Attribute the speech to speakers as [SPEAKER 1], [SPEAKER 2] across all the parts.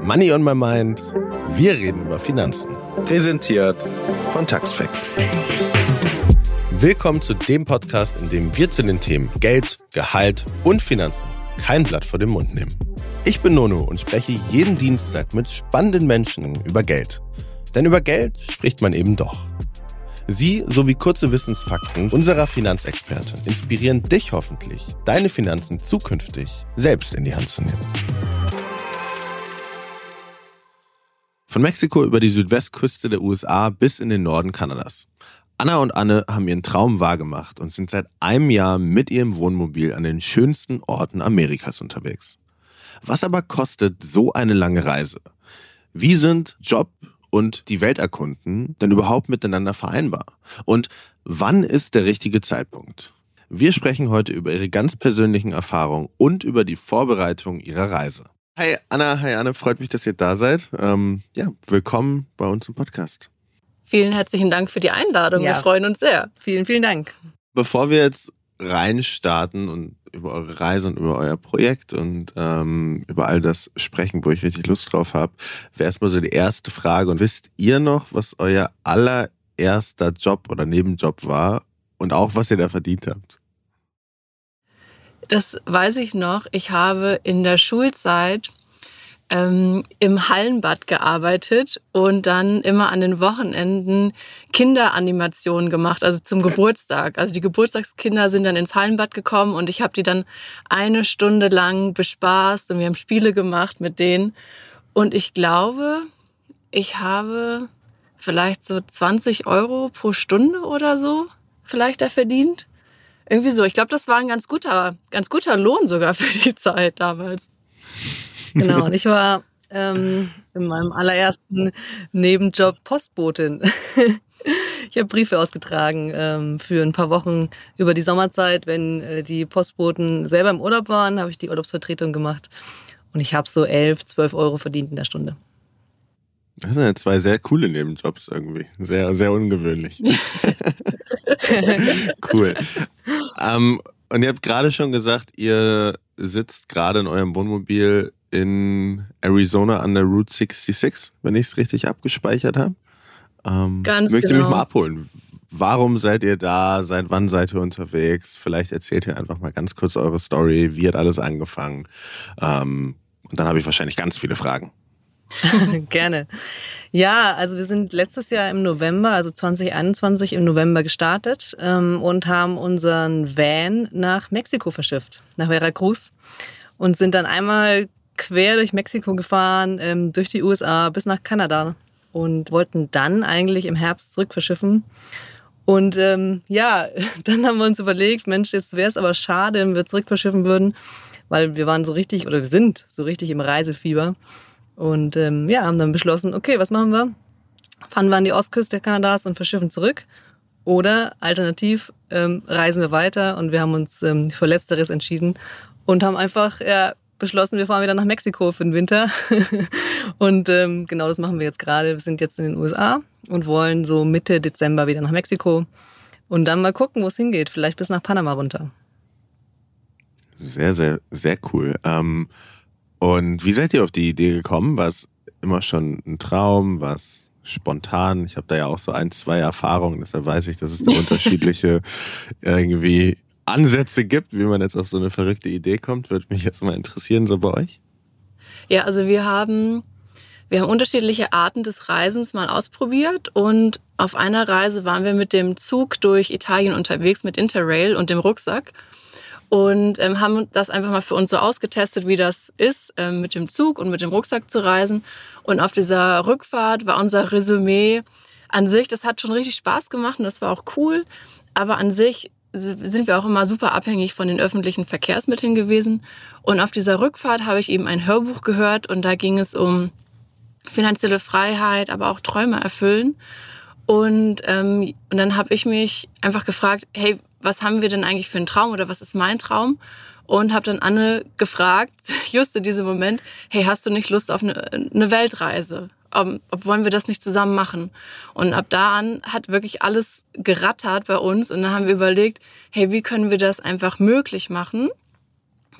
[SPEAKER 1] Money on my mind. Wir reden über Finanzen. Präsentiert von Taxfacts. Willkommen zu dem Podcast, in dem wir zu den Themen Geld, Gehalt und Finanzen kein Blatt vor den Mund nehmen. Ich bin Nono und spreche jeden Dienstag mit spannenden Menschen über Geld. Denn über Geld spricht man eben doch. Sie sowie kurze Wissensfakten unserer Finanzexpertin inspirieren dich hoffentlich, deine Finanzen zukünftig selbst in die Hand zu nehmen. Von Mexiko über die Südwestküste der USA bis in den Norden Kanadas. Anna und Anne haben ihren Traum wahrgemacht und sind seit einem Jahr mit ihrem Wohnmobil an den schönsten Orten Amerikas unterwegs. Was aber kostet so eine lange Reise? Wie sind Job und die Welt erkunden denn überhaupt miteinander vereinbar? Und wann ist der richtige Zeitpunkt? Wir sprechen heute über ihre ganz persönlichen Erfahrungen und über die Vorbereitung ihrer Reise. Hi Anna, hi Anne, freut mich, dass ihr da seid. Willkommen bei uns im Podcast.
[SPEAKER 2] Vielen herzlichen Dank für die Einladung, wir freuen uns sehr.
[SPEAKER 3] Vielen, vielen Dank.
[SPEAKER 1] Bevor wir jetzt reinstarten und über eure Reise und über euer Projekt und über all das sprechen, wo ich richtig Lust drauf habe, wäre erstmal so die erste Frage. Und wisst ihr noch, was euer allererster Job oder Nebenjob war und auch, was ihr da verdient habt?
[SPEAKER 2] Das weiß ich noch. Ich habe in der Schulzeit im Hallenbad gearbeitet und dann immer an den Wochenenden Kinderanimationen gemacht, also zum Geburtstag. Also die Geburtstagskinder sind dann ins Hallenbad gekommen und ich habe die dann eine Stunde lang bespaßt und wir haben Spiele gemacht mit denen. Und ich glaube, ich habe vielleicht so 20 € pro Stunde oder so vielleicht da verdient. Irgendwie so. Ich glaube, das war ein ganz guter Lohn sogar für die Zeit damals.
[SPEAKER 3] Genau, und ich war in meinem allerersten Nebenjob Postbotin. Ich habe Briefe ausgetragen für ein paar Wochen über die Sommerzeit. Wenn die Postboten selber im Urlaub waren, habe ich die Urlaubsvertretung gemacht. Und ich habe so 11, 12 € verdient in der Stunde.
[SPEAKER 1] Das sind ja zwei sehr coole Nebenjobs irgendwie. Sehr, sehr ungewöhnlich. Cool. Und ihr habt gerade schon gesagt, ihr sitzt gerade in eurem Wohnmobil in Arizona an der Route 66, wenn ich es richtig abgespeichert habe.
[SPEAKER 2] Ganz
[SPEAKER 1] mögt ihr
[SPEAKER 2] genau.
[SPEAKER 1] mich mal abholen? Warum seid ihr da? Seit wann seid ihr unterwegs? Vielleicht erzählt ihr einfach mal ganz kurz eure Story. Wie hat alles angefangen? Und dann habe ich wahrscheinlich ganz viele Fragen.
[SPEAKER 3] Gerne. Ja, also wir sind letztes Jahr im November, also 2021 im November gestartet und haben unseren Van nach Mexiko verschifft, nach Veracruz und sind dann einmal quer durch Mexiko gefahren, durch die USA bis nach Kanada und wollten dann eigentlich im Herbst zurück verschiffen. Und dann haben wir uns überlegt, Mensch, jetzt wäre es aber schade, wenn wir zurück verschiffen würden, weil wir sind so richtig im Reisefieber. Und haben dann beschlossen, okay, was machen wir? Fahren wir an die Ostküste Kanadas und verschiffen zurück. Oder alternativ reisen wir weiter und wir haben uns für Letzteres entschieden und haben einfach beschlossen, wir fahren wieder nach Mexiko für den Winter. Und genau das machen wir jetzt gerade. Wir sind jetzt in den USA und wollen so Mitte Dezember wieder nach Mexiko und dann mal gucken, wo es hingeht. Vielleicht bis nach Panama runter.
[SPEAKER 1] Sehr, sehr, sehr cool. Und wie seid ihr auf die Idee gekommen? War es immer schon ein Traum? War es spontan? Ich habe da ja auch so 1-2 Erfahrungen, deshalb weiß ich, dass es da unterschiedliche irgendwie Ansätze gibt, wie man jetzt auf so eine verrückte Idee kommt. Würde mich jetzt mal interessieren, so bei euch.
[SPEAKER 2] Ja, also wir haben unterschiedliche Arten des Reisens mal ausprobiert und auf einer Reise waren wir mit dem Zug durch Italien unterwegs mit Interrail und dem Rucksack. Und haben das einfach mal für uns so ausgetestet, wie das ist, mit dem Zug und mit dem Rucksack zu reisen. Und auf dieser Rückfahrt war unser Resümee an sich, das hat schon richtig Spaß gemacht und das war auch cool. Aber an sich sind wir auch immer super abhängig von den öffentlichen Verkehrsmitteln gewesen. Und auf dieser Rückfahrt habe ich eben ein Hörbuch gehört und da ging es um finanzielle Freiheit, aber auch Träume erfüllen. Und dann habe ich mich einfach gefragt, hey, was haben wir denn eigentlich für einen Traum oder was ist mein Traum? Und habe dann Anne gefragt, just in diesem Moment, hey, hast du nicht Lust auf eine Weltreise? Wollen wir das nicht zusammen machen? Und ab da an hat wirklich alles gerattert bei uns und dann haben wir überlegt, hey, wie können wir das einfach möglich machen?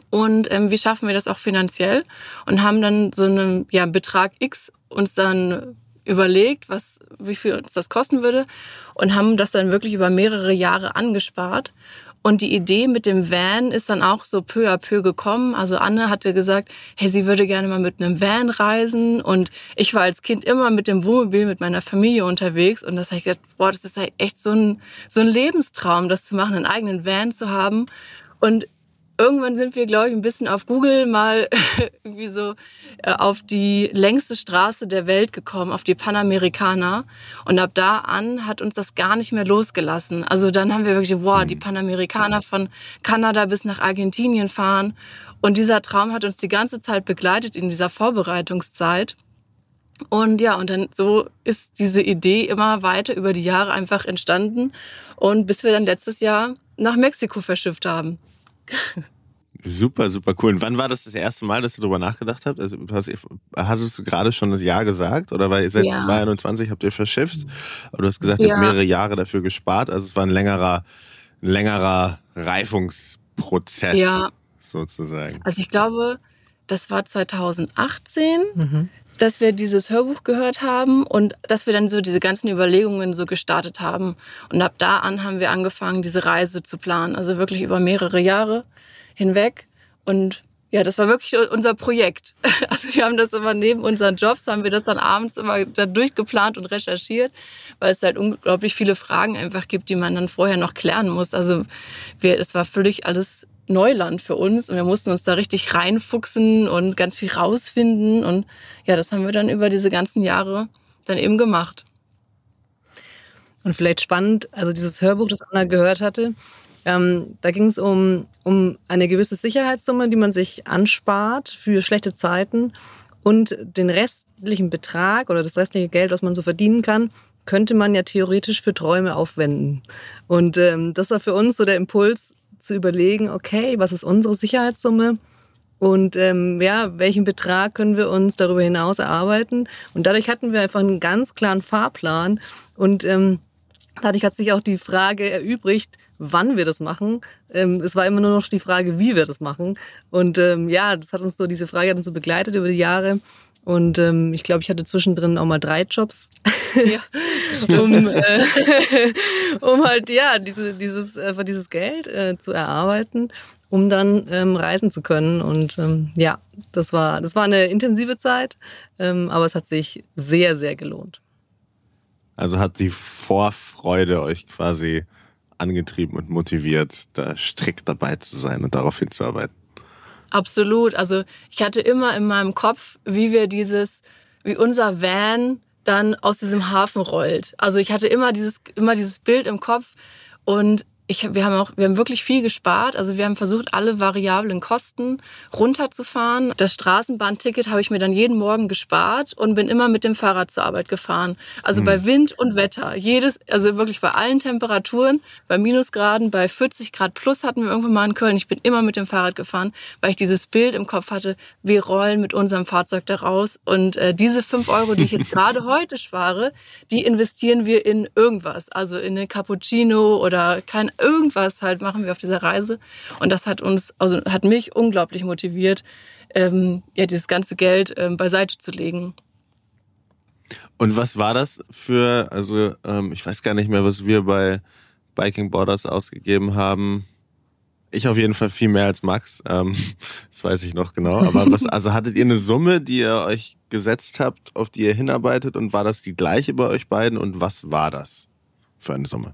[SPEAKER 2] Und wie schaffen wir das auch finanziell? Und haben dann so einen Betrag X uns dann überlegt, wie viel uns das kosten würde und haben das dann wirklich über mehrere Jahre angespart. Und die Idee mit dem Van ist dann auch so peu à peu gekommen. Also Anne hatte gesagt, hey, sie würde gerne mal mit einem Van reisen. Und ich war als Kind immer mit dem Wohnmobil mit meiner Familie unterwegs. Und das habe ich gedacht, boah, das ist echt so ein Lebenstraum, das zu machen, einen eigenen Van zu haben. Und irgendwann sind wir, glaube ich, ein bisschen auf Google mal irgendwie so auf die längste Straße der Welt gekommen, auf die Panamericana. Und ab da an hat uns das gar nicht mehr losgelassen. Also dann haben wir wirklich, wow, die Panamericana von Kanada bis nach Argentinien fahren. Und dieser Traum hat uns die ganze Zeit begleitet in dieser Vorbereitungszeit. Und ja, und dann so ist diese Idee immer weiter über die Jahre einfach entstanden. Und bis wir dann letztes Jahr nach Mexiko verschifft
[SPEAKER 1] Super, super cool. Und wann war das erste Mal, dass ihr darüber nachgedacht habt? Also, hattest du gerade schon das Jahr gesagt? Oder weil ihr seit 2021 habt ihr verschifft? Aber du hast gesagt, ihr habt mehrere Jahre dafür gespart. Also es war ein längerer Reifungsprozess sozusagen.
[SPEAKER 2] Also ich glaube, das war 2018, dass wir dieses Hörbuch gehört haben und dass wir dann so diese ganzen Überlegungen so gestartet haben. Und ab da an haben wir angefangen, diese Reise zu planen. Also wirklich über mehrere Jahre hinweg. Und ja, das war wirklich unser Projekt. Also wir haben das immer neben unseren Jobs, haben wir das dann abends immer da durchgeplant und recherchiert, weil es halt unglaublich viele Fragen einfach gibt, die man dann vorher noch klären muss. Also es war völlig alles Neuland für uns und wir mussten uns da richtig reinfuchsen und ganz viel rausfinden. Und ja, das haben wir dann über diese ganzen Jahre dann eben gemacht.
[SPEAKER 3] Und vielleicht spannend, also dieses Hörbuch, das Anna gehört hatte, da ging es um eine gewisse Sicherheitssumme, die man sich anspart für schlechte Zeiten und den restlichen Betrag oder das restliche Geld, was man so verdienen kann, könnte man ja theoretisch für Träume aufwenden. Und das war für uns so der Impuls zu überlegen, okay, was ist unsere Sicherheitssumme und welchen Betrag können wir uns darüber hinaus erarbeiten. Und dadurch hatten wir einfach einen ganz klaren Fahrplan und dadurch hat sich auch die Frage erübrigt, wann wir das machen. Es war immer nur noch die Frage, wie wir das machen. Und das hat uns diese Frage hat uns so begleitet über die Jahre. Und ich glaube, ich hatte zwischendrin auch mal 3 Jobs, um halt dieses Geld zu erarbeiten, um dann reisen zu können. Und das war eine intensive Zeit, aber es hat sich sehr, sehr gelohnt.
[SPEAKER 1] Also hat die Vorfreude euch quasi angetrieben und motiviert, da strikt dabei zu sein und darauf hinzuarbeiten?
[SPEAKER 2] Absolut. Also ich hatte immer in meinem Kopf, wie unser Van dann aus diesem Hafen rollt. Also ich hatte immer dieses Bild im Kopf und wir haben wirklich viel gespart. Also wir haben versucht, alle variablen Kosten runterzufahren. Das Straßenbahnticket habe ich mir dann jeden Morgen gespart und bin immer mit dem Fahrrad zur Arbeit gefahren. Also bei Wind und Wetter. Also wirklich bei allen Temperaturen, bei Minusgraden, bei 40 Grad plus hatten wir irgendwann mal in Köln. Ich bin immer mit dem Fahrrad gefahren, weil ich dieses Bild im Kopf hatte, wir rollen mit unserem Fahrzeug da raus. Und diese 5 €, die ich jetzt gerade heute spare, die investieren wir in irgendwas. Also in eine Cappuccino oder irgendwas halt machen wir auf dieser Reise. Und das hat mich unglaublich motiviert, dieses ganze Geld beiseite zu legen.
[SPEAKER 1] Und was war das für, ich weiß gar nicht mehr, was wir bei Biking Borders ausgegeben haben. Ich auf jeden Fall viel mehr als Max, das weiß ich noch genau. Aber hattet ihr eine Summe, die ihr euch gesetzt habt, auf die ihr hinarbeitet und war das die gleiche bei euch beiden und was war das für eine Summe?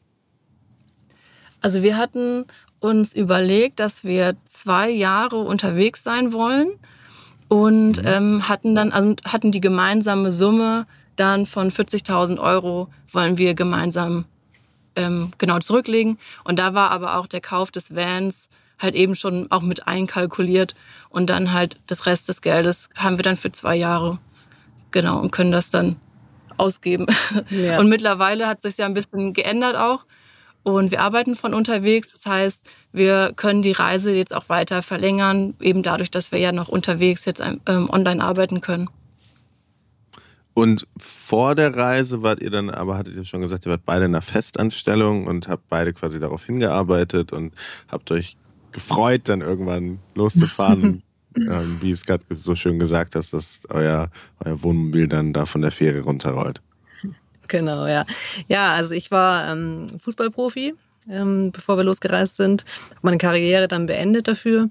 [SPEAKER 2] Also wir hatten uns überlegt, dass wir 2 Jahre unterwegs sein wollen und hatten die gemeinsame Summe dann von 40.000 € wollen wir gemeinsam zurücklegen. Und da war aber auch der Kauf des Vans halt eben schon auch mit einkalkuliert und dann halt das Rest des Geldes haben wir dann für 2 Jahre und können das dann ausgeben. Ja. Und mittlerweile hat sich ja ein bisschen geändert auch. Und wir arbeiten von unterwegs. Das heißt, wir können die Reise jetzt auch weiter verlängern, eben dadurch, dass wir ja noch unterwegs jetzt online arbeiten können.
[SPEAKER 1] Und vor der Reise hattet ihr schon gesagt, ihr wart beide in einer Festanstellung und habt beide quasi darauf hingearbeitet und habt euch gefreut, dann irgendwann loszufahren. Wie es gerade so schön gesagt hast, dass euer Wohnmobil dann da von der Fähre runterrollt.
[SPEAKER 3] Genau, ja. Ja, also ich war Fußballprofi, bevor wir losgereist sind. Habe meine Karriere dann beendet dafür.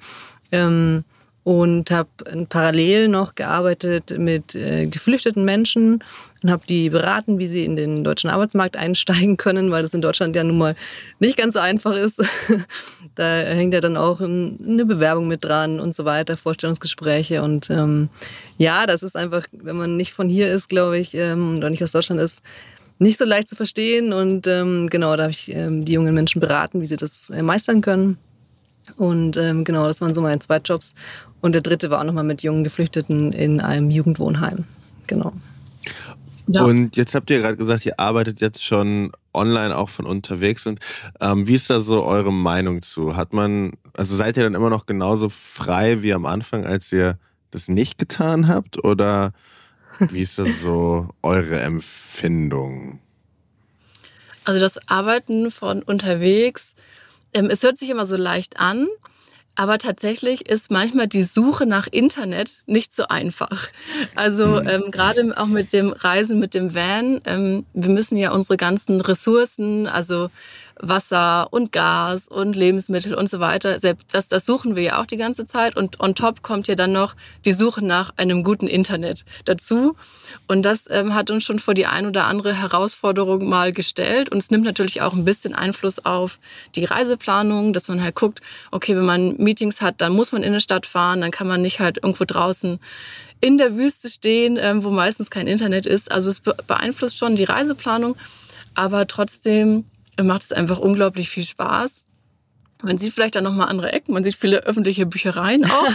[SPEAKER 3] Und habe parallel noch gearbeitet mit geflüchteten Menschen und habe die beraten, wie sie in den deutschen Arbeitsmarkt einsteigen können, weil das in Deutschland ja nun mal nicht ganz so einfach ist. Da hängt ja dann auch eine Bewerbung mit dran und so weiter, Vorstellungsgespräche. Und ja, das ist einfach, wenn man nicht von hier ist, glaube ich, oder nicht aus Deutschland ist, nicht so leicht zu verstehen. Und genau, da habe ich die jungen Menschen beraten, wie sie das meistern können. Und genau, das waren so meine 2 Jobs. Und der 3. war auch nochmal mit jungen Geflüchteten in einem Jugendwohnheim. Genau.
[SPEAKER 2] Ja.
[SPEAKER 1] Und jetzt habt ihr gerade gesagt, ihr arbeitet jetzt schon online auch von unterwegs. Und wie ist da so eure Meinung zu? Seid ihr dann immer noch genauso frei wie am Anfang, als ihr das nicht getan habt? Oder wie ist das so eure Empfindung?
[SPEAKER 2] Also das Arbeiten von unterwegs, es hört sich immer so leicht an, aber tatsächlich ist manchmal die Suche nach Internet nicht so einfach. Also gerade auch mit dem Reisen mit dem Van, wir müssen ja unsere ganzen Ressourcen, also Wasser und Gas und Lebensmittel und so weiter, das suchen wir ja auch die ganze Zeit. Und on top kommt ja dann noch die Suche nach einem guten Internet dazu. Und das hat uns schon vor die ein oder andere Herausforderung mal gestellt. Und es nimmt natürlich auch ein bisschen Einfluss auf die Reiseplanung, dass man halt guckt, okay, wenn man Meetings hat, dann muss man in eine Stadt fahren, dann kann man nicht halt irgendwo draußen in der Wüste stehen, wo meistens kein Internet ist. Also es beeinflusst schon die Reiseplanung, aber trotzdem macht es einfach unglaublich viel Spaß. Man sieht vielleicht dann nochmal andere Ecken, man sieht viele öffentliche Büchereien auch.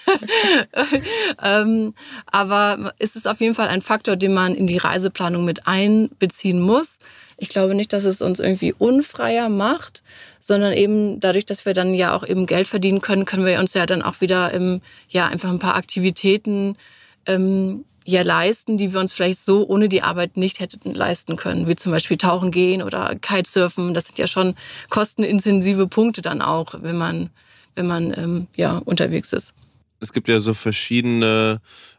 [SPEAKER 2] Aber es ist auf jeden Fall ein Faktor, den man in die Reiseplanung mit einbeziehen muss. Ich glaube nicht, dass es uns irgendwie unfreier macht, sondern eben dadurch, dass wir dann ja auch eben Geld verdienen können, können wir uns ja dann auch wieder einfach ein paar Aktivitäten leisten, die wir uns vielleicht so ohne die Arbeit nicht hätten leisten können, wie zum Beispiel tauchen gehen oder Kitesurfen. Das sind ja schon kostenintensive Punkte dann auch, wenn man unterwegs ist.
[SPEAKER 1] Es gibt ja so verschiedene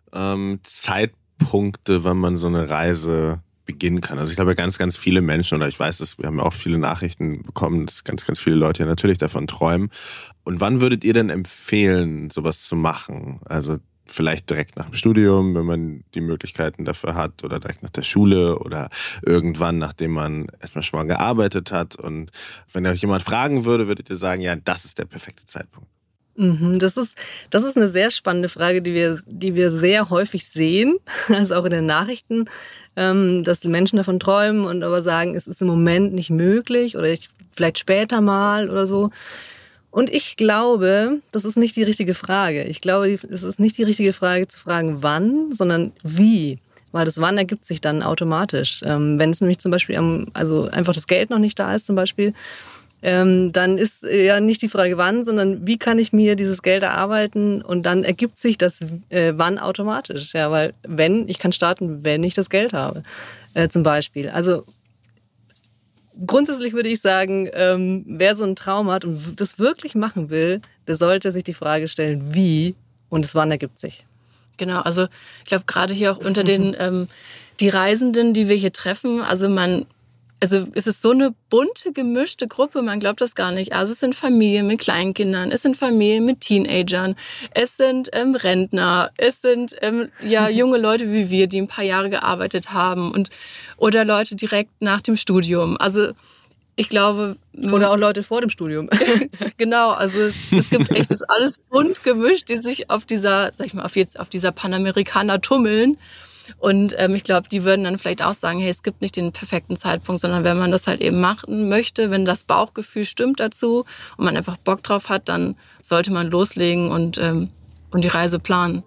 [SPEAKER 1] Zeitpunkte, wann man so eine Reise beginnen kann. Also ich glaube, ganz, ganz viele Menschen, oder ich weiß, wir haben ja auch viele Nachrichten bekommen, dass ganz, ganz viele Leute ja natürlich davon träumen. Und wann würdet ihr denn empfehlen, sowas zu machen? Also vielleicht direkt nach dem Studium, wenn man die Möglichkeiten dafür hat, oder direkt nach der Schule oder irgendwann, nachdem man erstmal schon mal gearbeitet hat. Und wenn euch jemand fragen würde, würdet ihr sagen, ja, das ist der perfekte Zeitpunkt.
[SPEAKER 3] Das ist eine sehr spannende Frage, die wir sehr häufig sehen, also auch in den Nachrichten, dass die Menschen davon träumen und aber sagen, es ist im Moment nicht möglich oder vielleicht später mal oder so. Und ich glaube, das ist nicht die richtige Frage. Ich glaube, es ist nicht die richtige Frage zu fragen, wann, sondern wie. Weil das Wann ergibt sich dann automatisch. Wenn es nämlich zum Beispiel einfach das Geld noch nicht da ist zum Beispiel, dann ist ja nicht die Frage wann, sondern wie kann ich mir dieses Geld erarbeiten, und dann ergibt sich das Wann automatisch. Ja, weil ich kann starten, wenn ich das Geld habe, zum Beispiel. Also grundsätzlich würde ich sagen, wer so einen Traum hat und das wirklich machen will, der sollte sich die Frage stellen, wie, und das Wann ergibt sich.
[SPEAKER 2] Genau, also ich glaube gerade hier auch unter den die Reisenden, die wir hier treffen, also es ist so eine bunte, gemischte Gruppe, man glaubt das gar nicht. Also es sind Familien mit Kleinkindern, es sind Familien mit Teenagern, es sind Rentner, es sind junge Leute wie wir, die ein paar Jahre gearbeitet haben oder Leute direkt nach dem Studium. Also ich glaube...
[SPEAKER 3] Oder auch Leute vor dem Studium.
[SPEAKER 2] Genau, also es gibt echt, das ist alles bunt gemischt, die sich auf dieser Panamerikaner tummeln. Und ich glaube, die würden dann vielleicht auch sagen, hey, es gibt nicht den perfekten Zeitpunkt, sondern wenn man das halt eben machen möchte, wenn das Bauchgefühl stimmt dazu und man einfach Bock drauf hat, dann sollte man loslegen und die Reise planen.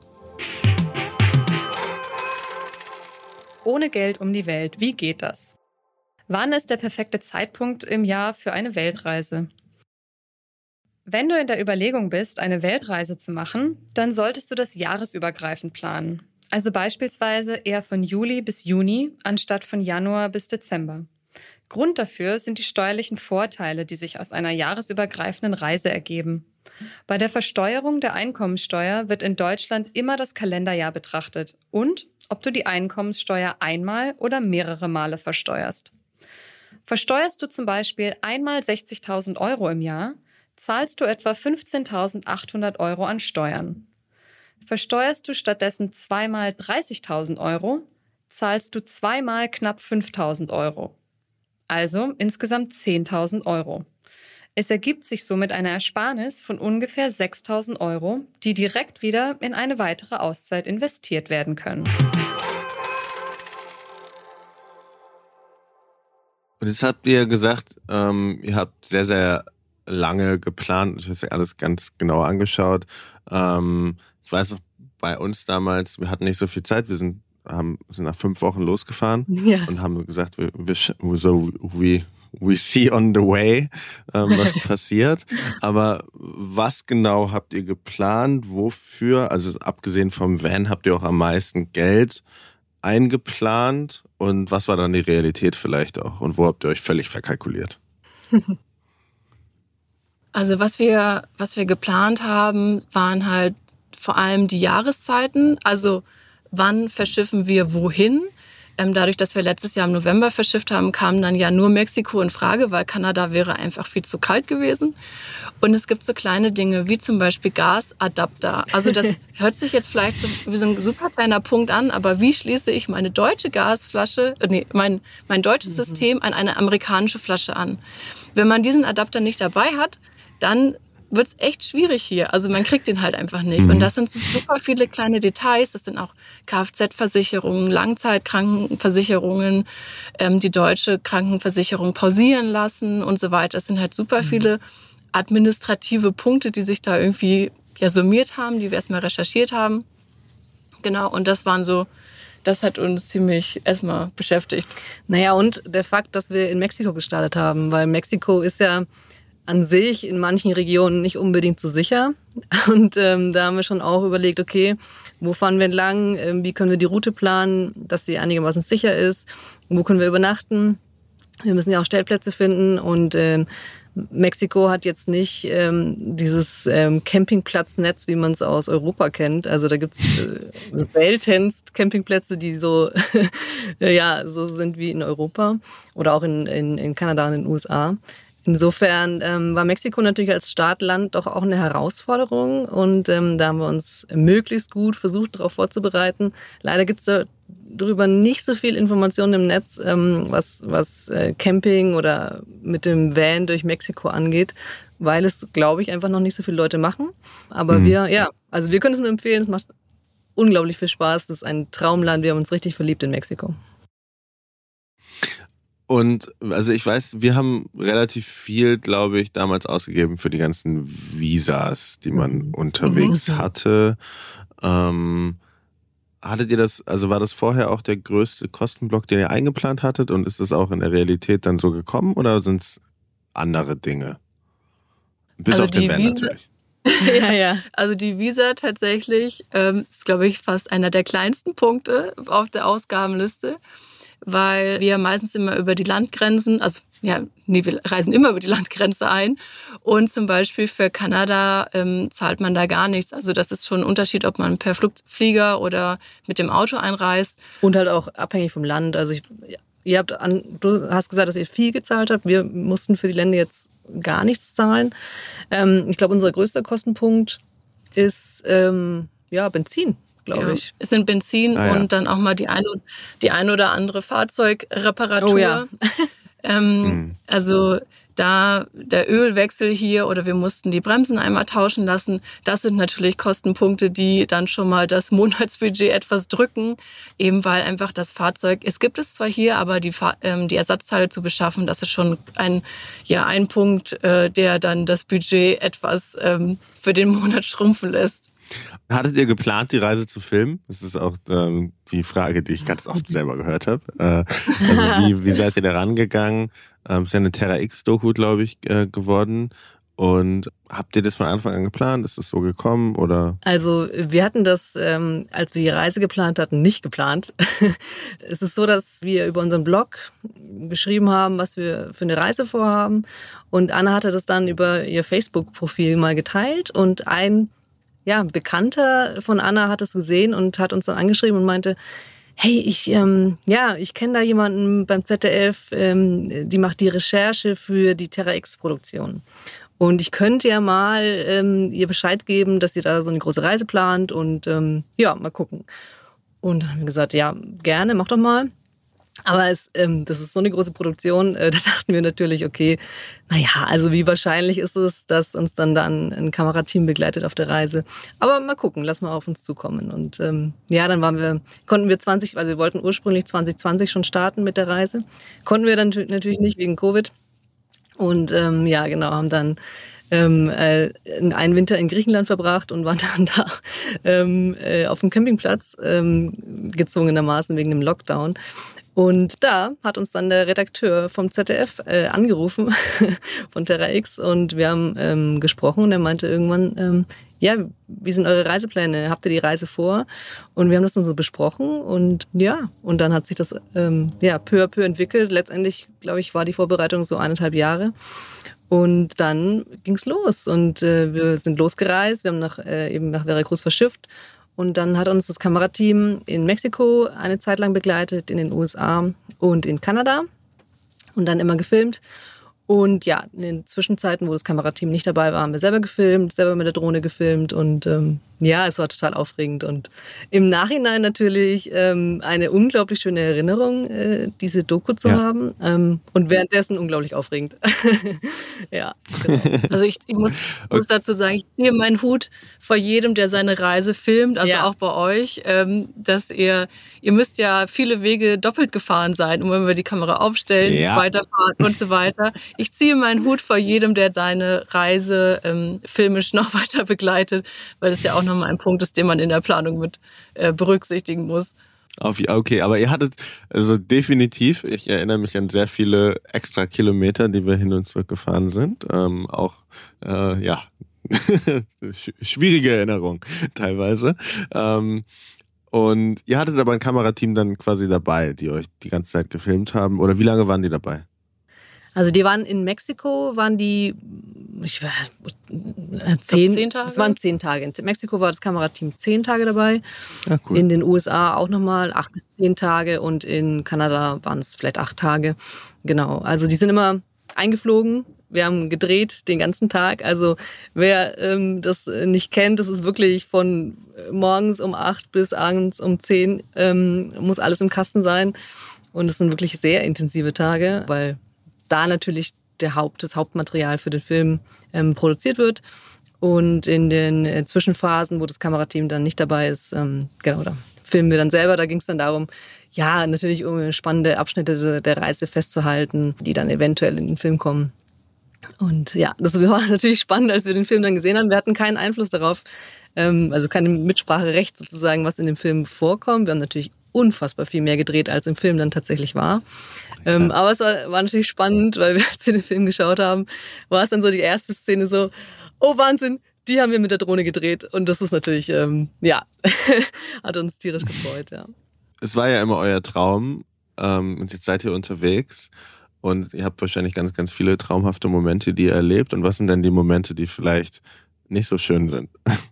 [SPEAKER 4] Ohne Geld um die Welt, wie geht das? Wann ist der perfekte Zeitpunkt im Jahr für eine Weltreise? Wenn du in der Überlegung bist, eine Weltreise zu machen, dann solltest du das jahresübergreifend planen. Also beispielsweise eher von Juli bis Juni anstatt von Januar bis Dezember. Grund dafür sind die steuerlichen Vorteile, die sich aus einer jahresübergreifenden Reise ergeben. Bei der Versteuerung der Einkommensteuer wird in Deutschland immer das Kalenderjahr betrachtet und ob du die Einkommenssteuer einmal oder mehrere Male versteuerst. Versteuerst du zum Beispiel einmal 60.000 Euro im Jahr, zahlst du etwa 15.800 Euro an Steuern. Versteuerst du stattdessen zweimal 30.000 Euro, zahlst du zweimal knapp 5.000 Euro. Also insgesamt 10.000 Euro. Es ergibt sich somit eine Ersparnis von ungefähr 6.000 Euro, die direkt wieder in eine weitere Auszeit investiert werden können.
[SPEAKER 1] Und jetzt habt ihr gesagt, ihr habt sehr, sehr lange geplant. Ich habe ja alles ganz genau angeschaut. Ich weiß noch, bei uns damals, wir hatten nicht so viel Zeit. Wir sind nach 5 Wochen losgefahren und haben gesagt, we see on the way, was passiert. Aber was genau habt ihr geplant? Wofür? Also abgesehen vom Van habt ihr auch am meisten Geld eingeplant? Und was war dann die Realität vielleicht auch? Und wo habt ihr euch völlig verkalkuliert?
[SPEAKER 2] Also was wir geplant haben, waren halt vor allem die Jahreszeiten. Also wann verschiffen wir wohin? Dadurch, dass wir letztes Jahr im November verschifft haben, kam dann ja nur Mexiko in Frage, weil Kanada wäre einfach viel zu kalt gewesen. Und es gibt so kleine Dinge wie zum Beispiel Gasadapter. Also das hört sich jetzt vielleicht wie so ein super kleiner Punkt an, aber wie schließe ich meine deutsche Gasflasche, mein deutsches System an eine amerikanische Flasche an? Wenn man diesen Adapter nicht dabei hat, dann wird es echt schwierig hier. Also man kriegt den halt einfach nicht. Und das sind so super viele kleine Details. Das sind auch Kfz-Versicherungen, Langzeitkrankenversicherungen, die deutsche Krankenversicherung pausieren lassen und so weiter. Das sind halt super viele administrative Punkte, die sich da irgendwie summiert haben, die wir erstmal recherchiert haben. Genau, und das hat uns ziemlich erstmal beschäftigt.
[SPEAKER 3] Naja, und der Fakt, dass wir in Mexiko gestartet haben, weil Mexiko ist ja an sich in manchen Regionen nicht unbedingt so sicher. Und da haben wir schon auch überlegt, okay, wo fahren wir entlang, wie können wir die Route planen, dass sie einigermaßen sicher ist, wo können wir übernachten. Wir müssen ja auch Stellplätze finden und Mexiko hat jetzt nicht dieses Campingplatznetz, wie man es aus Europa kennt. Also da gibt es seltenst Campingplätze, die so so sind wie in Europa oder auch in Kanada und in den USA. Insofern war Mexiko natürlich als Startland doch auch eine Herausforderung und da haben wir uns möglichst gut versucht, darauf vorzubereiten. Leider gibt es darüber nicht so viel Informationen im Netz, was Camping oder mit dem Van durch Mexiko angeht, weil es, glaube ich, einfach noch nicht so viele Leute machen. Aber wir können es nur empfehlen, es macht unglaublich viel Spaß, das ist ein Traumland, wir haben uns richtig verliebt in Mexiko.
[SPEAKER 1] Und also ich weiß, wir haben relativ viel, glaube ich, damals ausgegeben für die ganzen Visas, die man unterwegs hatte. Hattet ihr das, also war das vorher auch der größte Kostenblock, den ihr eingeplant hattet und ist das auch in der Realität dann so gekommen oder sind es andere Dinge? Bis
[SPEAKER 2] also
[SPEAKER 1] auf den Van natürlich.
[SPEAKER 2] Ja. Also die Visa tatsächlich ist, glaube ich, fast einer der kleinsten Punkte auf der Ausgabenliste, weil wir meistens immer über die Landgrenzen, wir reisen immer über die Landgrenze ein und zum Beispiel für Kanada zahlt man da gar nichts. Also das ist schon ein Unterschied, ob man per Flieger oder mit dem Auto einreist.
[SPEAKER 3] Und halt auch abhängig vom Land. Also du hast gesagt, dass ihr viel gezahlt habt. Wir mussten für die Länder jetzt gar nichts zahlen. Ich glaube, unser größter Kostenpunkt ist Benzin. Glaube ich.
[SPEAKER 2] Es sind Benzin und dann auch mal die ein oder andere Fahrzeugreparatur.
[SPEAKER 3] Oh ja.
[SPEAKER 2] Also da der Ölwechsel hier oder wir mussten die Bremsen einmal tauschen lassen. Das sind natürlich Kostenpunkte, die dann schon mal das Monatsbudget etwas drücken, eben weil einfach das Fahrzeug, es gibt es zwar hier, aber die Ersatzteile zu beschaffen, das ist schon ein Punkt, der dann das Budget etwas für den Monat schrumpfen lässt.
[SPEAKER 1] Hattet ihr geplant, die Reise zu filmen? Das ist auch die Frage, die ich ganz oft selber gehört habe. Wie seid ihr da rangegangen? Ist ja eine Terra X-Doku, glaube ich, geworden. Und habt ihr das von Anfang an geplant? Ist es so gekommen oder?
[SPEAKER 3] Also wir hatten das, als wir die Reise geplant hatten, nicht geplant. Es ist so, dass wir über unseren Blog geschrieben haben, was wir für eine Reise vorhaben. Und Anna hatte das dann über ihr Facebook-Profil mal geteilt. Und ein Bekannter von Anna hat es gesehen und hat uns dann angeschrieben und meinte, hey, ich kenne da jemanden beim ZDF, die macht die Recherche für die Terra X-Produktion. Und ich könnte ja mal ihr Bescheid geben, dass sie da so eine große Reise plant und mal gucken. Und dann haben wir gesagt, ja, gerne, mach doch mal. Aber das ist so eine große Produktion, da dachten wir natürlich, okay, also wie wahrscheinlich ist es, dass uns dann ein Kamerateam begleitet auf der Reise. Aber mal gucken, lass mal auf uns zukommen. Und dann konnten wir wir wollten ursprünglich 2020 schon starten mit der Reise. Konnten wir dann natürlich nicht wegen Covid. Und haben dann einen Winter in Griechenland verbracht und waren dann da auf dem Campingplatz, gezwungenermaßen wegen dem Lockdown. Und da hat uns dann der Redakteur vom ZDF angerufen, von Terra X, und wir haben gesprochen und er meinte irgendwann, wie sind eure Reisepläne? Habt ihr die Reise vor? Und wir haben das dann so besprochen und und dann hat sich das peu à peu entwickelt. Letztendlich, glaube ich, war die Vorbereitung so 1,5 Jahre. Und dann ging's los und wir sind losgereist. Wir haben nach Veracruz verschifft. Und dann hat uns das Kamerateam in Mexiko eine Zeit lang begleitet, in den USA und in Kanada und dann immer gefilmt. Und in den Zwischenzeiten, wo das Kamerateam nicht dabei war, haben wir selber gefilmt, selber mit der Drohne gefilmt und es war total aufregend. Und im Nachhinein natürlich eine unglaublich schöne Erinnerung, diese Doku zu haben und währenddessen unglaublich aufregend. Ja, genau.
[SPEAKER 2] Also ich muss dazu sagen, ich ziehe meinen Hut vor jedem, der seine Reise filmt, also auch bei euch, dass ihr müsst ja viele Wege doppelt gefahren sein, um immer die Kamera aufstellen, weiterfahren und so weiter. Ich ziehe meinen Hut vor jedem, der seine Reise filmisch noch weiter begleitet, weil das ja auch nochmal ein Punkt ist, den man in der Planung mit berücksichtigen muss.
[SPEAKER 1] Okay, aber ihr hattet, also definitiv, ich erinnere mich an sehr viele extra Kilometer, die wir hin und zurück gefahren sind. Schwierige Erinnerung teilweise. Und ihr hattet aber ein Kamerateam dann quasi dabei, die euch die ganze Zeit gefilmt haben. Oder wie lange waren die dabei?
[SPEAKER 3] Also die waren in Mexiko, 10 Tage. Es waren 10 Tage. In Mexiko war das Kamerateam 10 Tage dabei. Ja, cool. In den USA auch nochmal 8 bis 10 Tage und in Kanada waren es vielleicht 8 Tage. Genau. Also die sind immer eingeflogen. Wir haben gedreht den ganzen Tag. Also wer das nicht kennt, das ist wirklich von morgens um 8 bis abends um 10 muss alles im Kasten sein. Und es sind wirklich sehr intensive Tage, weil da natürlich das Hauptmaterial für den Film produziert wird. Und in den Zwischenphasen, wo das Kamerateam dann nicht dabei ist, da filmen wir dann selber. Da ging es dann darum, natürlich um spannende Abschnitte der Reise festzuhalten, die dann eventuell in den Film kommen. Und das war natürlich spannend, als wir den Film dann gesehen haben. Wir hatten keinen Einfluss darauf, also keine Mitspracherecht sozusagen, was in dem Film vorkommt. Wir haben natürlich unfassbar viel mehr gedreht, als im Film dann tatsächlich war. Aber es war natürlich spannend, weil als wir den Film geschaut haben, war es dann so die erste Szene so, oh Wahnsinn, die haben wir mit der Drohne gedreht. Und das ist natürlich, hat uns tierisch gefreut, ja.
[SPEAKER 1] Es war ja immer euer Traum und jetzt seid ihr unterwegs und ihr habt wahrscheinlich ganz, ganz viele traumhafte Momente, die ihr erlebt. Und was sind denn die Momente, die vielleicht nicht so schön sind?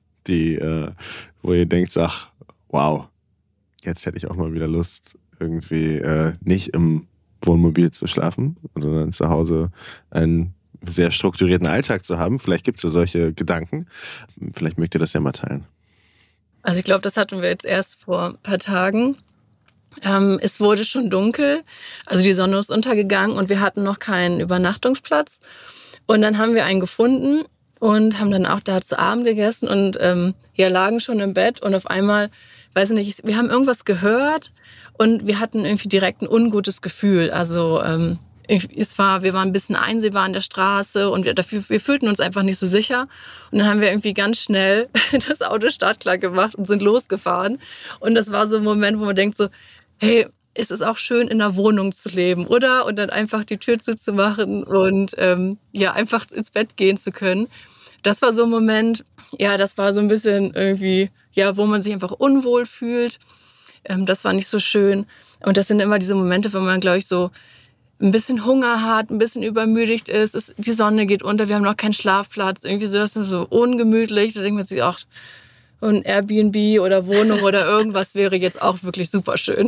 [SPEAKER 1] Wo ihr denkt, ach, wow, jetzt hätte ich auch mal wieder Lust, irgendwie nicht im Wohnmobil zu schlafen, sondern zu Hause einen sehr strukturierten Alltag zu haben. Vielleicht gibt es ja solche Gedanken. Vielleicht mögt ihr das ja mal teilen.
[SPEAKER 2] Also ich glaube, das hatten wir jetzt erst vor ein paar Tagen. Es wurde schon dunkel, also die Sonne ist untergegangen und wir hatten noch keinen Übernachtungsplatz. Und dann haben wir einen gefunden und haben dann auch da zu Abend gegessen und lagen schon im Bett und auf einmal, weiß ich nicht, wir haben irgendwas gehört und wir hatten irgendwie direkt ein ungutes Gefühl. Also wir waren ein bisschen einsehbar an der Straße und wir fühlten uns einfach nicht so sicher. Und dann haben wir irgendwie ganz schnell das Auto startklar gemacht und sind losgefahren. Und das war so ein Moment, wo man denkt so, hey, ist es auch schön, in einer Wohnung zu leben, oder? Und dann einfach die Tür zuzumachen und einfach ins Bett gehen zu können. Das war so ein Moment, das war so ein bisschen irgendwie, wo man sich einfach unwohl fühlt. Das war nicht so schön. Und das sind immer diese Momente, wenn man, glaube ich, so ein bisschen Hunger hat, ein bisschen übermüdigt ist, die Sonne geht unter, wir haben noch keinen Schlafplatz, irgendwie so, das ist so ungemütlich. Da denkt man sich auch, ein Airbnb oder Wohnung oder irgendwas wäre jetzt auch wirklich super schön.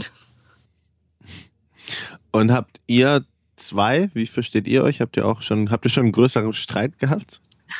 [SPEAKER 1] Und habt ihr zwei, wie versteht ihr euch? Habt ihr schon einen größeren Streit gehabt?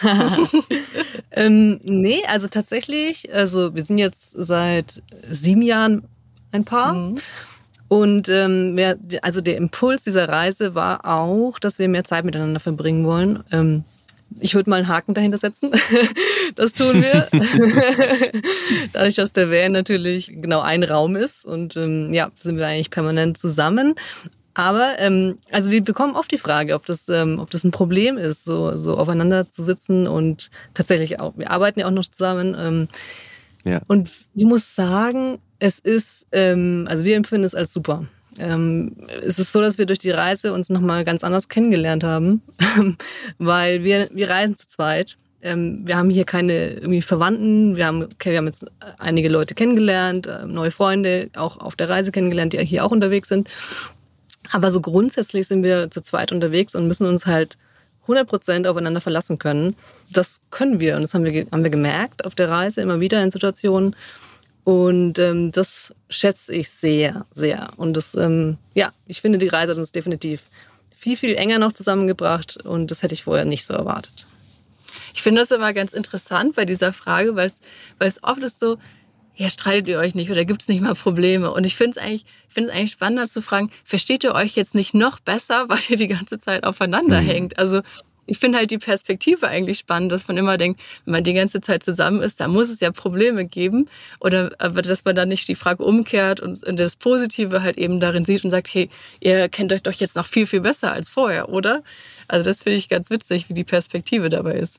[SPEAKER 3] Nee, also tatsächlich, wir sind jetzt seit 7 Jahren ein Paar. Mhm. Und der Impuls dieser Reise war auch, dass wir mehr Zeit miteinander verbringen wollen. Ich würde mal einen Haken dahinter setzen. Das tun wir. Dadurch, dass der Van natürlich genau ein Raum ist und sind wir eigentlich permanent zusammen. Aber wir bekommen oft die Frage, ob das ein Problem ist, so aufeinander zu sitzen, und tatsächlich auch. Wir arbeiten ja auch noch zusammen. Und ich muss sagen, es ist, wir empfinden es als super. Es ist so, dass wir durch die Reise uns nochmal ganz anders kennengelernt haben, weil wir reisen zu zweit. Wir haben hier keine irgendwie Verwandten, wir haben jetzt einige Leute kennengelernt, neue Freunde auch auf der Reise kennengelernt, die hier auch unterwegs sind. Aber so grundsätzlich sind wir zu zweit unterwegs und müssen uns halt 100% aufeinander verlassen können. Das können wir, und das haben wir gemerkt auf der Reise immer wieder in Situationen. Und das schätze ich sehr, sehr. Und das, ich finde, die Reise hat uns definitiv viel, viel enger noch zusammengebracht, und das hätte ich vorher nicht so erwartet.
[SPEAKER 2] Ich finde das immer ganz interessant bei dieser Frage, weil es oft ist so, streitet ihr euch nicht oder gibt es nicht mal Probleme? Und ich finde es eigentlich spannender zu fragen, versteht ihr euch jetzt nicht noch besser, weil ihr die ganze Zeit aufeinander hängt? Also ich finde halt die Perspektive eigentlich spannend, dass man immer denkt, wenn man die ganze Zeit zusammen ist, da muss es ja Probleme geben. Aber dass man dann nicht die Frage umkehrt und das Positive halt eben darin sieht und sagt, hey, ihr kennt euch doch jetzt noch viel, viel besser als vorher, oder? Also das finde ich ganz witzig, wie die Perspektive dabei ist.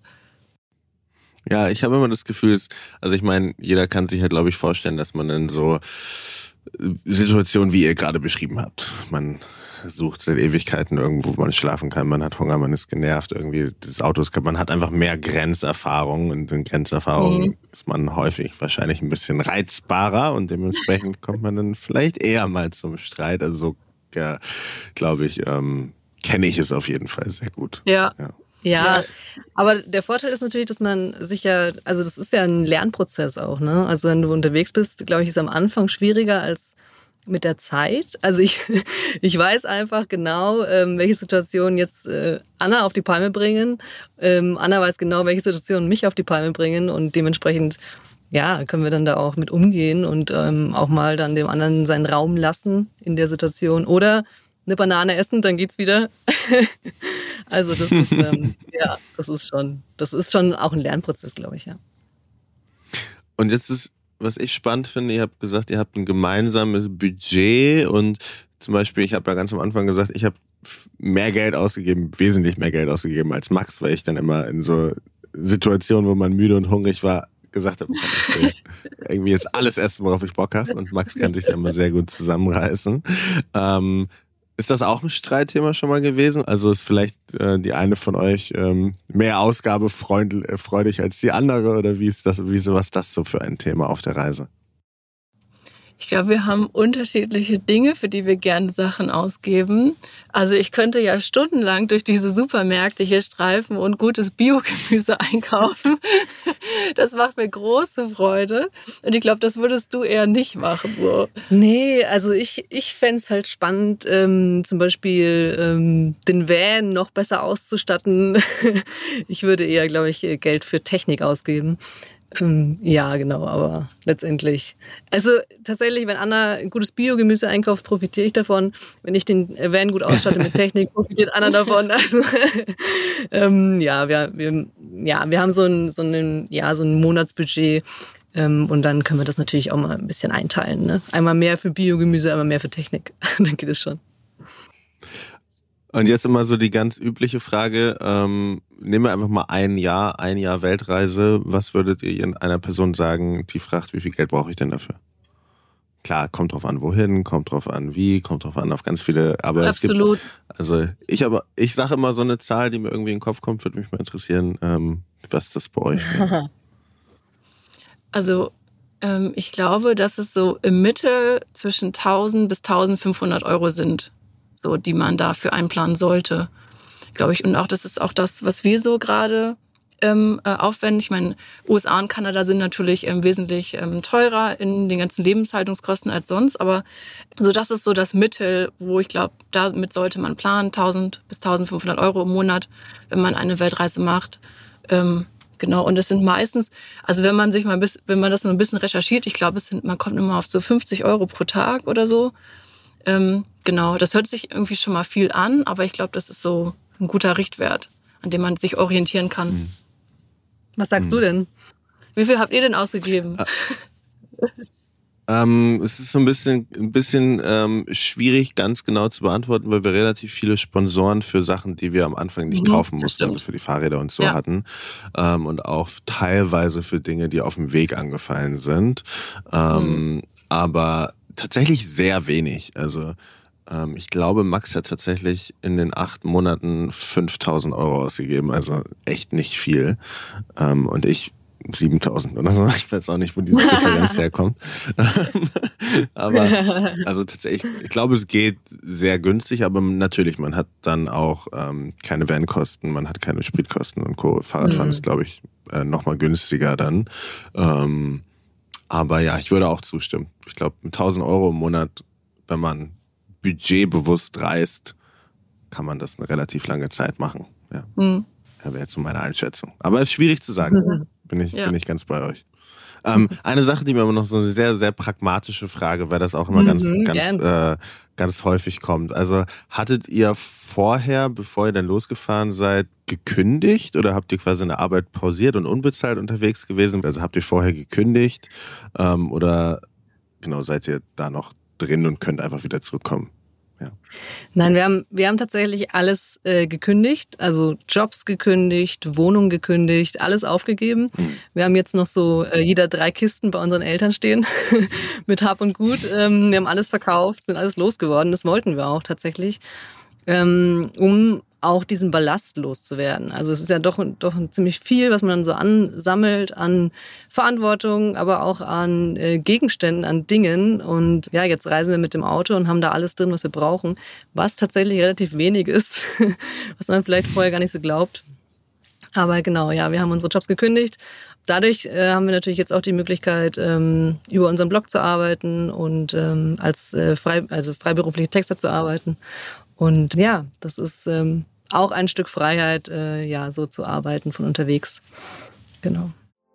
[SPEAKER 1] Ja, ich habe immer das Gefühl, ich meine, jeder kann sich halt, glaube ich, vorstellen, dass man in so Situationen, wie ihr gerade beschrieben habt, man sucht seit Ewigkeiten irgendwo, wo man schlafen kann, man hat Hunger, man ist genervt, irgendwie das Auto ist kaputt, man hat einfach mehr Grenzerfahrung, und in Grenzerfahrung ist man häufig wahrscheinlich ein bisschen reizbarer, und dementsprechend kommt man dann vielleicht eher mal zum Streit. Also so, glaube ich, kenne ich es auf jeden Fall sehr gut.
[SPEAKER 3] Ja, aber der Vorteil ist natürlich, dass man sich das ist ja ein Lernprozess auch, ne? Also wenn du unterwegs bist, glaube ich, ist es am Anfang schwieriger als mit der Zeit. Also ich weiß einfach genau, welche Situationen jetzt Anna auf die Palme bringen. Anna weiß genau, welche Situationen mich auf die Palme bringen, und dementsprechend können wir dann da auch mit umgehen und auch mal dann dem anderen seinen Raum lassen in der Situation. Oder eine Banane essen, dann geht's wieder. Also das ist, das ist schon auch ein Lernprozess, glaube ich, ja.
[SPEAKER 1] Und jetzt ist, was ich spannend finde, ihr habt gesagt, ihr habt ein gemeinsames Budget, und zum Beispiel, ich habe ja ganz am Anfang gesagt, ich habe wesentlich mehr Geld ausgegeben als Max, weil ich dann immer in so Situationen, wo man müde und hungrig war, gesagt habe, irgendwie ist alles essen, worauf ich Bock habe, und Max kann sich ja immer sehr gut zusammenreißen. Ist das auch ein Streitthema schon mal gewesen? Also ist vielleicht die eine von euch mehr ausgabefreudig als die andere, oder was ist das so für ein Thema auf der Reise?
[SPEAKER 2] Ich glaube, wir haben unterschiedliche Dinge, für die wir gerne Sachen ausgeben. Also ich könnte ja stundenlang durch diese Supermärkte hier streifen und gutes Biogemüse einkaufen. Das macht mir große Freude. Und ich glaube, das würdest du eher nicht machen. So.
[SPEAKER 3] Nee, also ich fände es halt spannend, zum Beispiel den Van noch besser auszustatten. Ich würde eher, glaube ich, Geld für Technik ausgeben. Ja, genau, aber letztendlich. Also tatsächlich, wenn Anna ein gutes Biogemüse einkauft, profitiere ich davon. Wenn ich den Van gut ausstatte mit Technik, profitiert Anna davon. Also wir haben so ein Monatsbudget, und dann können wir das natürlich auch mal ein bisschen einteilen. Ne? Einmal mehr für Biogemüse, einmal mehr für Technik. Dann geht es schon.
[SPEAKER 1] Und jetzt immer so die ganz übliche Frage, nehmen wir einfach mal ein Jahr Weltreise. Was würdet ihr einer Person sagen, die fragt, wie viel Geld brauche ich denn dafür? klar, kommt drauf an, wohin, kommt drauf an, wie, kommt drauf an, auf ganz viele, aber
[SPEAKER 2] Absolut.
[SPEAKER 1] ich sage immer so eine Zahl, die mir irgendwie in den Kopf kommt, würde mich mal interessieren, was ist das bei euch?
[SPEAKER 2] Also ich glaube, dass es so im Mittel zwischen 1.000 bis 1.500 Euro sind, so die man dafür einplanen sollte, glaube ich. Und auch das ist auch das, was wir so gerade aufwenden. Ich meine, USA und Kanada sind natürlich wesentlich teurer in den ganzen Lebenshaltungskosten als sonst, aber so das ist so das Mittel, wo ich glaube, damit sollte man planen, 1.000 bis 1.500 Euro im Monat, wenn man eine Weltreise macht. Genau, und das sind meistens, also wenn man das so ein bisschen recherchiert, ich glaube, man kommt immer auf so 50 Euro pro Tag oder so. Genau, das hört sich irgendwie schon mal viel an, aber ich glaube, das ist so ein guter Richtwert, an dem man sich orientieren kann.
[SPEAKER 3] Was sagst du denn?
[SPEAKER 2] Wie viel habt ihr denn ausgegeben?
[SPEAKER 1] Es ist so ein bisschen schwierig, ganz genau zu beantworten, weil wir relativ viele Sponsoren für Sachen, die wir am Anfang nicht kaufen mussten, also für die Fahrräder und so hatten. Und auch teilweise für Dinge, die auf dem Weg angefallen sind. Aber tatsächlich sehr wenig. Also ich glaube, Max hat tatsächlich in den 8 Monaten 5.000 Euro ausgegeben. Also echt nicht viel. Und ich 7.000 oder so. Ich weiß auch nicht, wo diese Differenz herkommt. Aber also tatsächlich, ich glaube, es geht sehr günstig, aber natürlich, man hat dann auch keine Vankosten, man hat keine Spritkosten und Co. Fahrradfahren ist, glaube ich, nochmal günstiger dann. Aber ja, ich würde auch zustimmen. Ich glaube, mit 1.000 Euro im Monat, wenn man budgetbewusst reist, kann man das eine relativ lange Zeit machen. Ja. Das wäre jetzt so meine Einschätzung. Aber es ist schwierig zu sagen. Bin ich ganz bei euch. Eine Sache, die mir aber noch so eine sehr, sehr pragmatische Frage, weil das auch immer ganz häufig kommt. Also hattet ihr vorher, bevor ihr dann losgefahren seid, gekündigt oder habt ihr quasi eine Arbeit pausiert und unbezahlt unterwegs gewesen? Also habt ihr vorher gekündigt oder genau seid ihr da noch drin und könnt einfach wieder zurückkommen? Ja.
[SPEAKER 3] Nein, wir haben tatsächlich alles gekündigt, also Jobs gekündigt, Wohnung gekündigt, alles aufgegeben. Wir haben jetzt noch so jeder 3 Kisten bei unseren Eltern stehen mit Hab und Gut. Wir haben alles verkauft, sind alles losgeworden. Das wollten wir auch tatsächlich, um auch diesen Ballast loszuwerden. Also es ist ja doch ziemlich viel, was man dann so ansammelt an Verantwortung, aber auch an Gegenständen, an Dingen. Und ja, jetzt reisen wir mit dem Auto und haben da alles drin, was wir brauchen, was tatsächlich relativ wenig ist, was man vielleicht vorher gar nicht so glaubt. Aber genau, ja, wir haben unsere Jobs gekündigt. Dadurch haben wir natürlich jetzt auch die Möglichkeit, über unseren Blog zu arbeiten und als freiberufliche Texter zu arbeiten. Und ja, das ist auch ein Stück Freiheit, so zu arbeiten von unterwegs. Genau.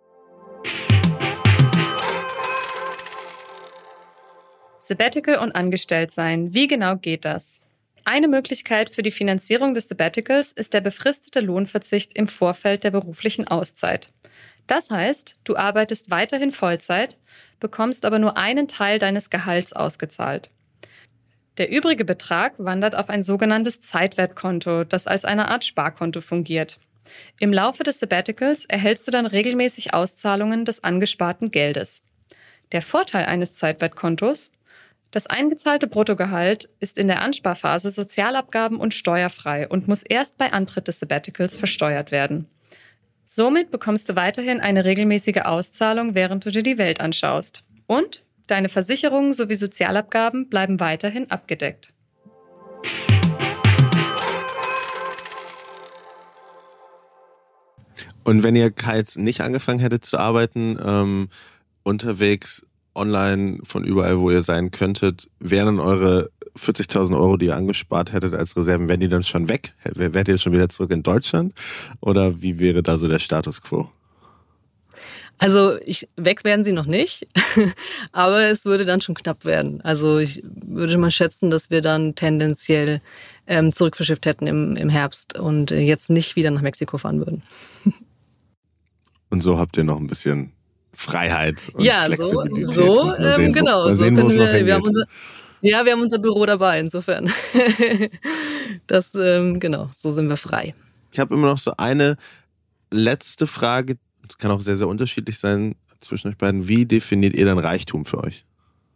[SPEAKER 4] Sabbatical und Angestelltsein. Wie genau geht das? Eine Möglichkeit für die Finanzierung des Sabbaticals ist der befristete Lohnverzicht im Vorfeld der beruflichen Auszeit. Das heißt, du arbeitest weiterhin Vollzeit, bekommst aber nur einen Teil deines Gehalts ausgezahlt. Der übrige Betrag wandert auf ein sogenanntes Zeitwertkonto, das als eine Art Sparkonto fungiert. Im Laufe des Sabbaticals erhältst du dann regelmäßig Auszahlungen des angesparten Geldes. Der Vorteil eines Zeitwertkontos: Das eingezahlte Bruttogehalt ist in der Ansparphase sozialabgaben- und steuerfrei und muss erst bei Antritt des Sabbaticals versteuert werden. Somit bekommst du weiterhin eine regelmäßige Auszahlung, während du dir die Welt anschaust. Und deine Versicherungen sowie Sozialabgaben bleiben weiterhin abgedeckt.
[SPEAKER 1] Und wenn ihr Kites nicht angefangen hättet zu arbeiten, unterwegs, online, von überall, wo ihr sein könntet, wären eure 40.000 Euro, die ihr angespart hättet als Reserven, wären die dann schon weg? Wärt ihr schon wieder zurück in Deutschland? Oder wie wäre da so der Status quo?
[SPEAKER 3] Also weg werden sie noch nicht, aber es würde dann schon knapp werden. Also ich würde mal schätzen, dass wir dann tendenziell zurückverschifft hätten im Herbst und jetzt nicht wieder nach Mexiko fahren würden.
[SPEAKER 1] Und so habt ihr noch ein bisschen Freiheit und Flexibilität.
[SPEAKER 3] Genau.
[SPEAKER 1] Mal sehen, wo es noch hingeht.
[SPEAKER 3] Wir haben unser Büro dabei, insofern. Das, so sind wir frei.
[SPEAKER 1] Ich habe immer noch so eine letzte Frage. Es kann auch sehr, sehr unterschiedlich sein zwischen euch beiden. Wie definiert ihr dann Reichtum für euch?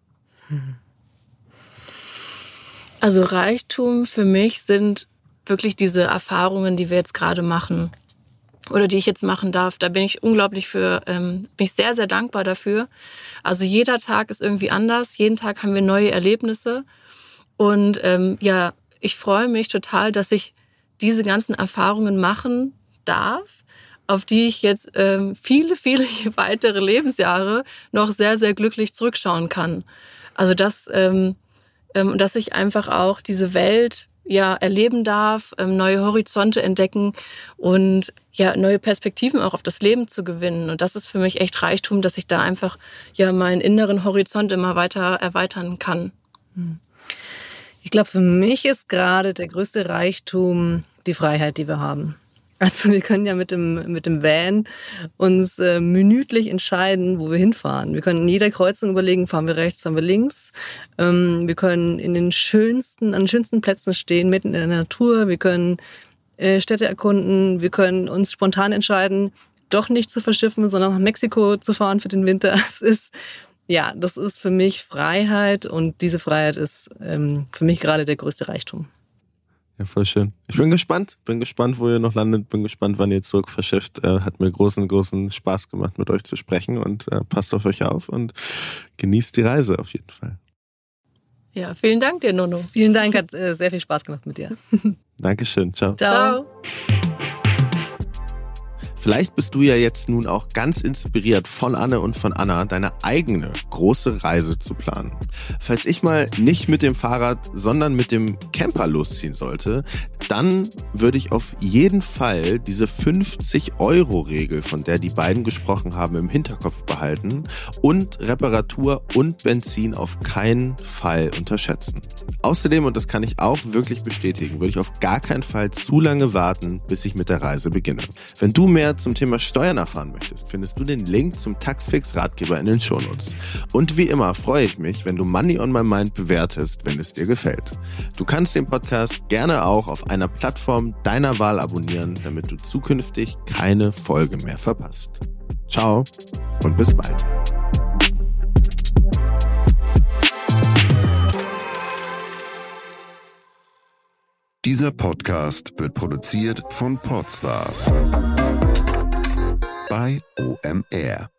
[SPEAKER 2] Also Reichtum für mich sind wirklich diese Erfahrungen, die wir jetzt gerade machen oder die ich jetzt machen darf. Da bin ich unglaublich bin ich sehr, sehr dankbar dafür. Also jeder Tag ist irgendwie anders. Jeden Tag haben wir neue Erlebnisse. Und ich freue mich total, dass ich diese ganzen Erfahrungen machen darf, auf die ich jetzt viele, viele weitere Lebensjahre noch sehr, sehr glücklich zurückschauen kann. Also dass ich einfach auch diese Welt erleben darf, neue Horizonte entdecken und neue Perspektiven auch auf das Leben zu gewinnen. Und das ist für mich echt Reichtum, dass ich da einfach meinen inneren Horizont immer weiter erweitern kann.
[SPEAKER 3] Ich glaube, für mich ist gerade der größte Reichtum die Freiheit, die wir haben. Also wir können ja mit dem Van uns minütlich entscheiden, wo wir hinfahren. Wir können in jeder Kreuzung überlegen, fahren wir rechts, fahren wir links. Wir können an den schönsten Plätzen stehen, mitten in der Natur. Wir können Städte erkunden. Wir können uns spontan entscheiden, doch nicht zu verschiffen, sondern nach Mexiko zu fahren für den Winter. Das ist für mich Freiheit und diese Freiheit ist für mich gerade der größte Reichtum.
[SPEAKER 1] Ja, voll schön. Ich bin gespannt, wo ihr noch landet, bin gespannt, wann ihr zurück verschifft. Hat mir großen Spaß gemacht, mit euch zu sprechen und passt auf euch auf und genießt die Reise auf jeden Fall.
[SPEAKER 2] Ja, vielen Dank dir, Nono.
[SPEAKER 3] Vielen Dank, hat sehr viel Spaß gemacht mit dir.
[SPEAKER 1] Dankeschön, ciao.
[SPEAKER 2] Ciao.
[SPEAKER 1] Vielleicht bist du ja jetzt nun auch ganz inspiriert von Anne und von Anna, deine eigene große Reise zu planen. Falls ich mal nicht mit dem Fahrrad, sondern mit dem Camper losziehen sollte, dann würde ich auf jeden Fall diese 50-Euro-Regel, von der die beiden gesprochen haben, im Hinterkopf behalten und Reparatur und Benzin auf keinen Fall unterschätzen. Außerdem, und das kann ich auch wirklich bestätigen, würde ich auf gar keinen Fall zu lange warten, bis ich mit der Reise beginne. Wenn du mehr zum Thema Steuern erfahren möchtest, findest du den Link zum Taxfix-Ratgeber in den Shownotes. Und wie immer freue ich mich, wenn du Money on My Mind bewertest, wenn es dir gefällt. Du kannst den Podcast gerne auch auf einer Plattform deiner Wahl abonnieren, damit du zukünftig keine Folge mehr verpasst. Ciao und bis bald.
[SPEAKER 5] Dieser Podcast wird produziert von Podstars bei OMR.